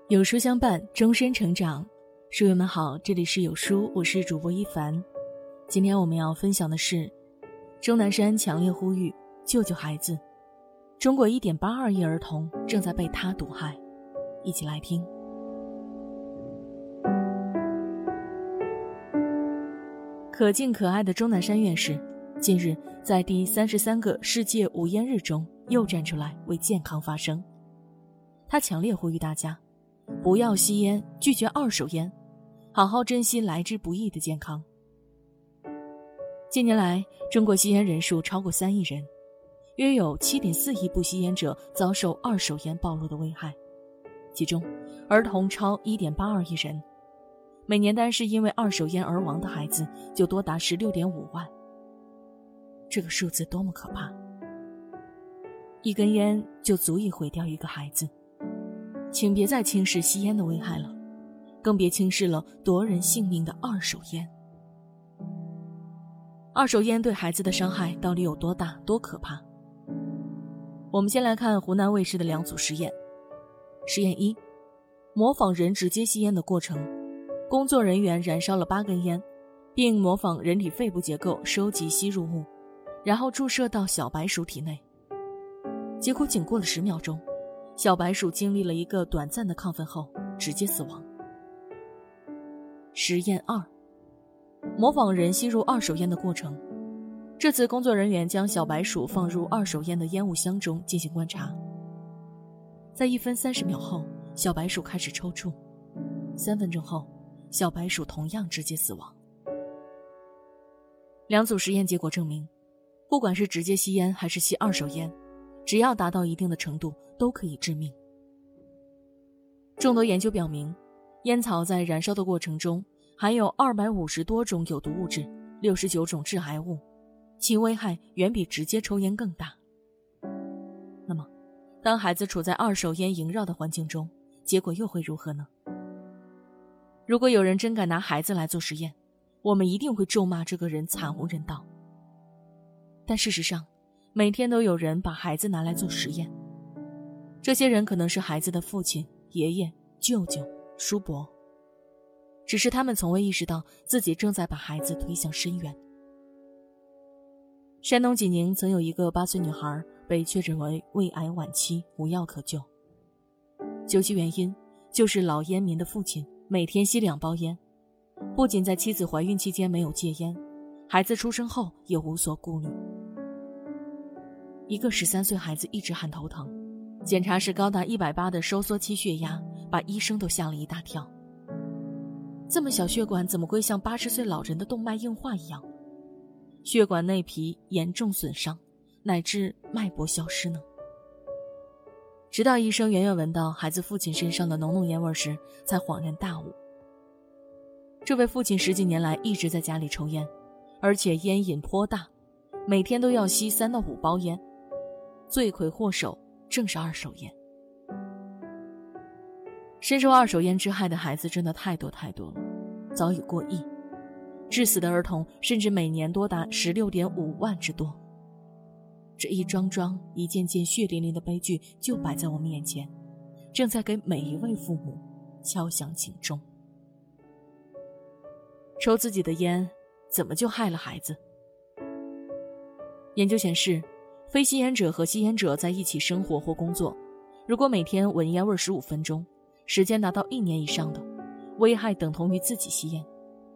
有书相伴，终身成长。书友们好，这里是有书，我是主播一凡。今天我们要分享的是钟南山强烈呼吁救救孩子，中国 1.82 亿儿童正在被他毒害。一起来听。可敬可爱的钟南山院士近日在第33个世界无烟日中又站出来为健康发声。他强烈呼吁大家不要吸烟，拒绝二手烟，好好珍惜来之不易的健康。近年来，中国吸烟人数超过3亿人，约有 7.4 亿不吸烟者遭受二手烟暴露的危害，其中儿童超 1.82 亿人，每年单是因为二手烟而亡的孩子就多达 16.5 万。这个数字多么可怕！一根烟就足以毁掉一个孩子。请别再轻视吸烟的危害了，更别轻视了夺人性命的二手烟。二手烟对孩子的伤害到底有多大多可怕？我们先来看湖南卫视的2组实验。实验1，模仿人直接吸烟的过程，工作人员燃烧了8根烟，并模仿人体肺部结构收集吸入物，然后注射到小白鼠体内。结果仅过了10秒钟，小白鼠经历了一个短暂的亢奋后直接死亡。实验2，模仿人吸入二手烟的过程。这次工作人员将小白鼠放入二手烟的烟雾箱中进行观察。在1分30秒后，小白鼠开始抽搐，3分钟后，小白鼠同样直接死亡。2组实验结果证明，不管是直接吸烟还是吸二手烟，只要达到一定的程度都可以致命。众多研究表明，烟草在燃烧的过程中含有250多种有毒物质，69种致癌物，其危害远比直接抽烟更大。那么，当孩子处在二手烟萦绕的环境中，结果又会如何呢？如果有人真敢拿孩子来做实验，我们一定会咒骂这个人惨无人道。但事实上，每天都有人把孩子拿来做实验。这些人可能是孩子的父亲、爷爷、舅舅、叔伯，只是他们从未意识到自己正在把孩子推向深渊。山东济宁曾有一个8岁女孩被确诊为胃癌晚期，无药可救。究其原因，就是老烟民的父亲每天吸2包烟，不仅在妻子怀孕期间没有戒烟，孩子出生后也无所顾虑。一个13岁孩子一直喊头疼，检查时高达180的收缩期血压，把医生都吓了一大跳。这么小血管怎么会像80岁老人的动脉硬化一样，血管内皮严重损伤，乃至脉搏消失呢？直到医生远远闻到孩子父亲身上的浓浓烟味时，才恍然大悟。这位父亲10几年来一直在家里抽烟，而且烟瘾颇大，每天都要吸3到5包烟，罪魁祸首正是二手烟。深受二手烟之害的孩子真的太多太多了，早已过亿，致死的儿童甚至每年多达 16.5 万之多。这一桩桩一件件血淋淋的悲剧就摆在我们眼前，正在给每一位父母敲响警钟。抽自己的烟怎么就害了孩子？研究显示，非吸烟者和吸烟者在一起生活或工作，如果每天闻烟味15分钟，时间达到1年以上的，危害等同于自己吸烟。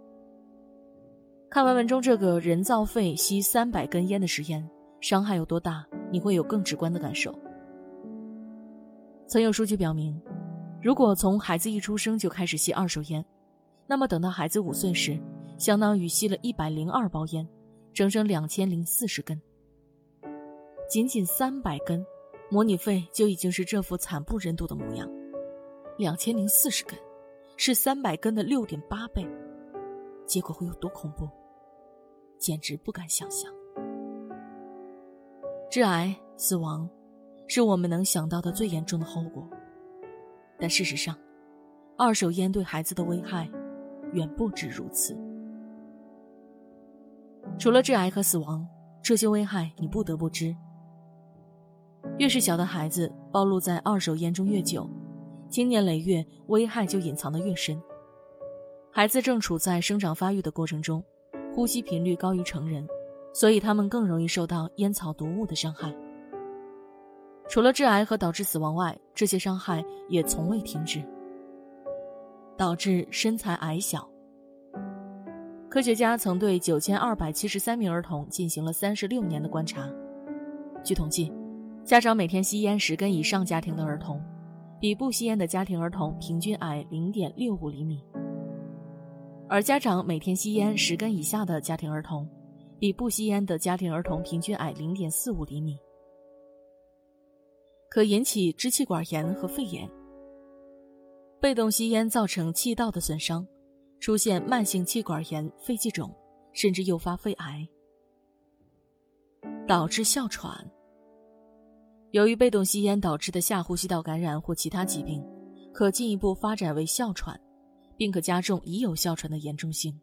看完文中这个人造肺吸300根烟的实验，伤害有多大，你会有更直观的感受。曾有数据表明，如果从孩子一出生就开始吸二手烟，那么等到孩子5岁时，相当于吸了102包烟，整整2040根。仅仅300根，模拟肺就已经是这副惨不忍睹的模样。2040根，是300根的 6.8 倍，结果会有多恐怖，简直不敢想象。致癌、死亡，是我们能想到的最严重的后果。但事实上，二手烟对孩子的危害远不止如此。除了致癌和死亡，这些危害你不得不知。越是小的孩子暴露在二手烟中越久， 经年累月，危害就隐藏得越深。孩子正处在生长发育的过程中，呼吸频率高于成人，所以他们更容易受到烟草毒物的伤害。除了致癌和导致死亡外，这些伤害也从未停止，导致身材矮小。科学家曾对9273名儿童进行了36年的观察。据统计，家长每天吸烟10根以上家庭的儿童，比不吸烟的家庭儿童平均矮 0.65 厘米。而家长每天吸烟10根以下的家庭儿童，比不吸烟的家庭儿童平均矮 0.45 厘米。可引起支气管炎和肺炎。被动吸烟造成气道的损伤，出现慢性气管炎、肺气肿，甚至诱发肺癌，导致哮喘。由于被动吸烟导致的下呼吸道感染或其他疾病，可进一步发展为哮喘，并可加重已有哮喘的严重性。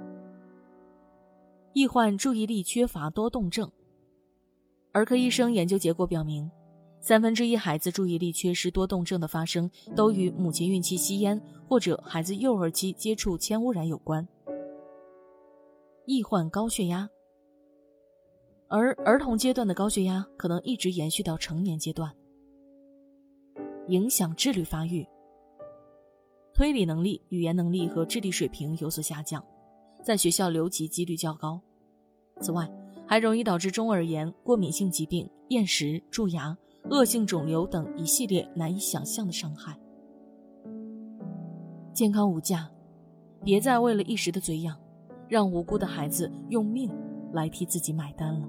易患注意力缺乏多动症。儿科医生研究结果表明，1/3孩子注意力缺失多动症的发生都与母亲孕期吸烟或者孩子幼儿期接触铅污染有关。易患高血压。而儿童阶段的高血压可能一直延续到成年阶段，影响智力发育，推理能力、语言能力和智力水平有所下降，在学校留级几率较高。此外，还容易导致中耳炎、过敏性疾病、厌食、蛀牙、恶性肿瘤等一系列难以想象的伤害。健康无价，别再为了一时的嘴痒，让无辜的孩子用命来替自己买单了。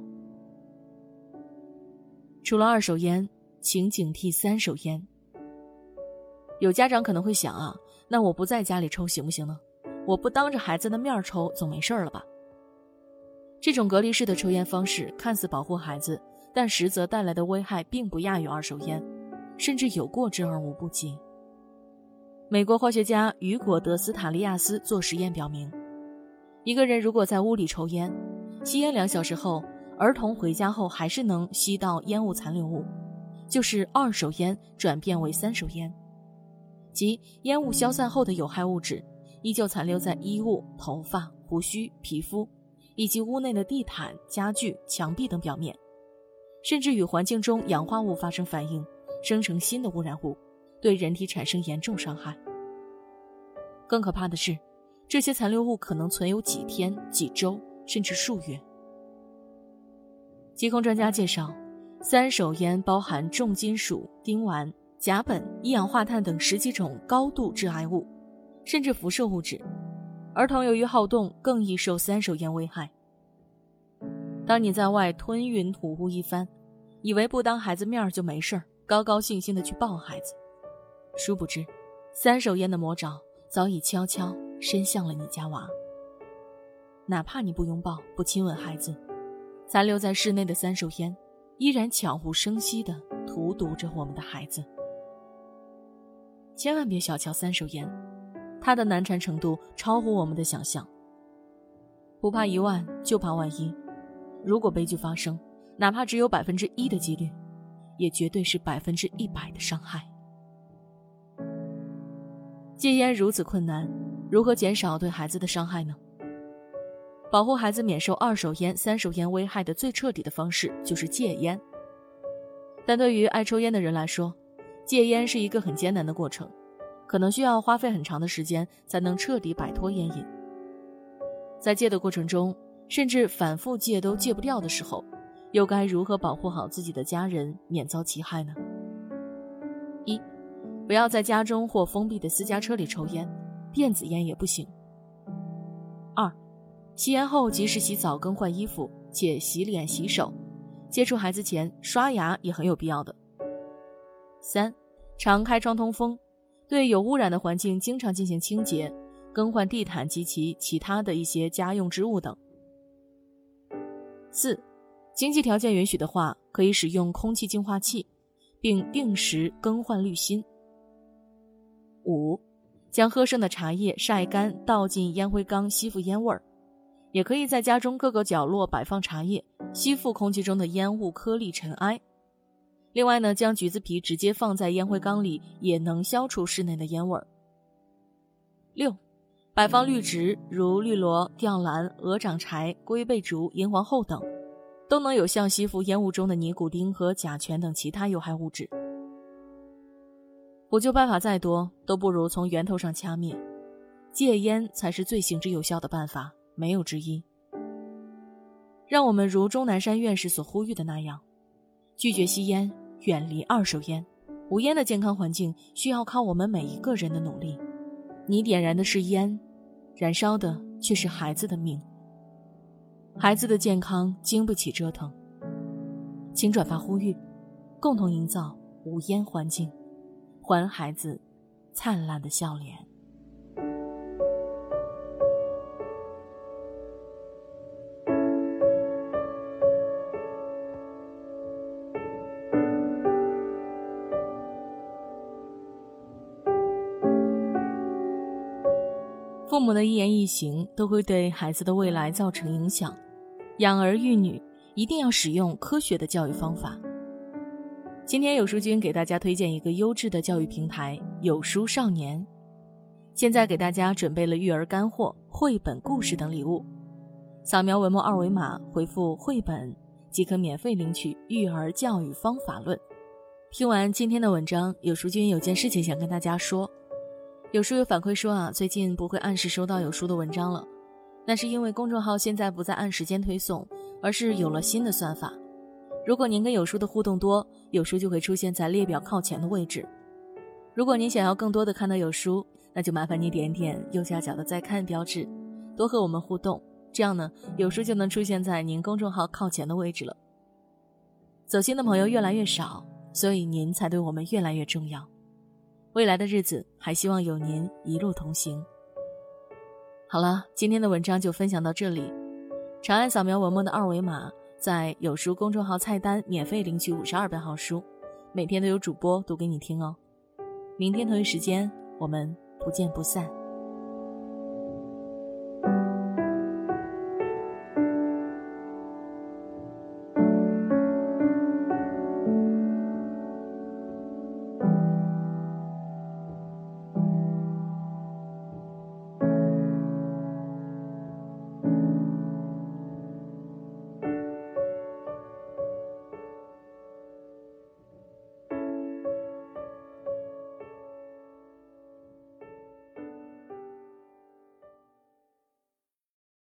除了2手烟，请警惕3手烟。有家长可能会想那我不在家里抽行不行呢？我不当着孩子的面抽总没事了吧？这种隔离式的抽烟方式看似保护孩子，但实则带来的危害并不亚于2手烟，甚至有过之而无不及。美国化学家雨果·德斯塔利亚斯做实验表明，一个人如果在屋里抽烟，吸烟2小时后，儿童回家后还是能吸到烟雾残留物，就是2手烟转变为3手烟，即烟雾消散后的有害物质依旧残留在衣物、头发、胡须、皮肤以及屋内的地毯、家具、墙壁等表面，甚至与环境中氧化物发生反应，生成新的污染物，对人体产生严重伤害。更可怕的是，这些残留物可能存有几天、几周，甚至数月。疾控专家介绍，3手烟包含重金属、丁烷、甲苯、一氧化碳等10几种高度致癌物，甚至辐射物质。儿童由于好动，更易受3手烟危害。当你在外吞云吐雾一番，以为不当孩子面就没事，高高兴兴地去抱孩子，殊不知3手烟的魔爪早已悄悄伸向了你家娃。哪怕你不拥抱、不亲吻孩子，残留在室内的3手烟依然悄无声息地荼毒着我们的孩子。千万别小瞧3手烟，它的难缠程度超乎我们的想象。不怕1万，就怕万一。如果悲剧发生，哪怕只有1%的几率，也绝对是100%的伤害。戒烟如此困难，如何减少对孩子的伤害呢？保护孩子免受2手烟、3手烟危害的最彻底的方式就是戒烟。但对于爱抽烟的人来说，戒烟是一个很艰难的过程，可能需要花费很长的时间才能彻底摆脱烟瘾。在戒的过程中，甚至反复戒都戒不掉的时候，又该如何保护好自己的家人免遭其害呢？1. 不要在家中或封闭的私家车里抽烟，电子烟也不行。2. 吸烟后及时洗澡更换衣服，且洗脸洗手，接触孩子前刷牙也很有必要的。3. 常开窗通风，对有污染的环境经常进行清洁，更换地毯及其他的一些家用之物等。4. 经济条件允许的话，可以使用空气净化器，并定时更换滤芯。5. 将喝剩的茶叶晒干，倒进烟灰缸吸附烟味儿，也可以在家中各个角落摆放茶叶，吸附空气中的烟雾颗粒尘埃。 另外呢，将橘子皮直接放在烟灰缸里也能消除室内的烟味儿。6. 摆放绿植如绿萝、吊兰、鹅掌柴、龟背竹、银皇后等，都能有效吸附烟雾中的尼古丁和甲醛等其他有害物质。补救办法再多，都不如从源头上掐灭，戒烟才是最行之有效的办法，没有之一。让我们如钟南山院士所呼吁的那样，拒绝吸烟，远离二手烟。无烟的健康环境需要靠我们每一个人的努力。你点燃的是烟，燃烧的却是孩子的命。孩子的健康经不起折腾。请转发呼吁，共同营造无烟环境，还孩子灿烂的笑脸。父母的一言一行都会对孩子的未来造成影响，养儿育女一定要使用科学的教育方法。今天有书君给大家推荐一个优质的教育平台有书少年，现在给大家准备了育儿干货、绘本故事等礼物，扫描文末二维码回复绘本即可免费领取育儿教育方法论。听完今天的文章，有书君有件事情想跟大家说。有书友反馈说最近不会按时收到有书的文章了，那是因为公众号现在不再按时间推送，而是有了新的算法。如果您跟有书的互动多，有书就会出现在列表靠前的位置。如果您想要更多的看到有书，那就麻烦你点点右下角的再看标志，多和我们互动，这样呢，有书就能出现在您公众号靠前的位置了。走心的朋友越来越少，所以您才对我们越来越重要。未来的日子还希望有您一路同行。好了，今天的文章就分享到这里。长按扫描文末的二维码，在有书公众号菜单免费领取52本好书，每天都有主播读给你听哦。明天同一时间，我们不见不散。